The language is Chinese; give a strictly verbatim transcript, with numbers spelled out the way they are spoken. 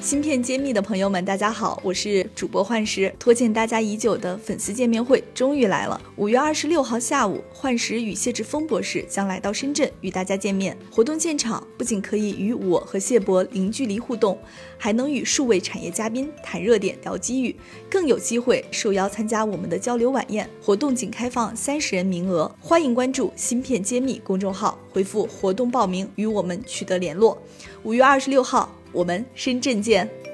芯片揭秘的朋友们大家好，我是主播幻石。拖欠大家已久的粉丝见面会终于来了，五月二十六号下午，幻石与谢志峰博士将来到深圳与大家见面。活动现场不仅可以与我和谢博零距离互动，还能与数位产业嘉宾谈热点聊机遇，更有机会受邀参加我们的交流晚宴。活动仅开放三十人名额，欢迎关注芯片揭秘公众号，回复活动报名与我们取得联络。五月二十六号我们深圳见。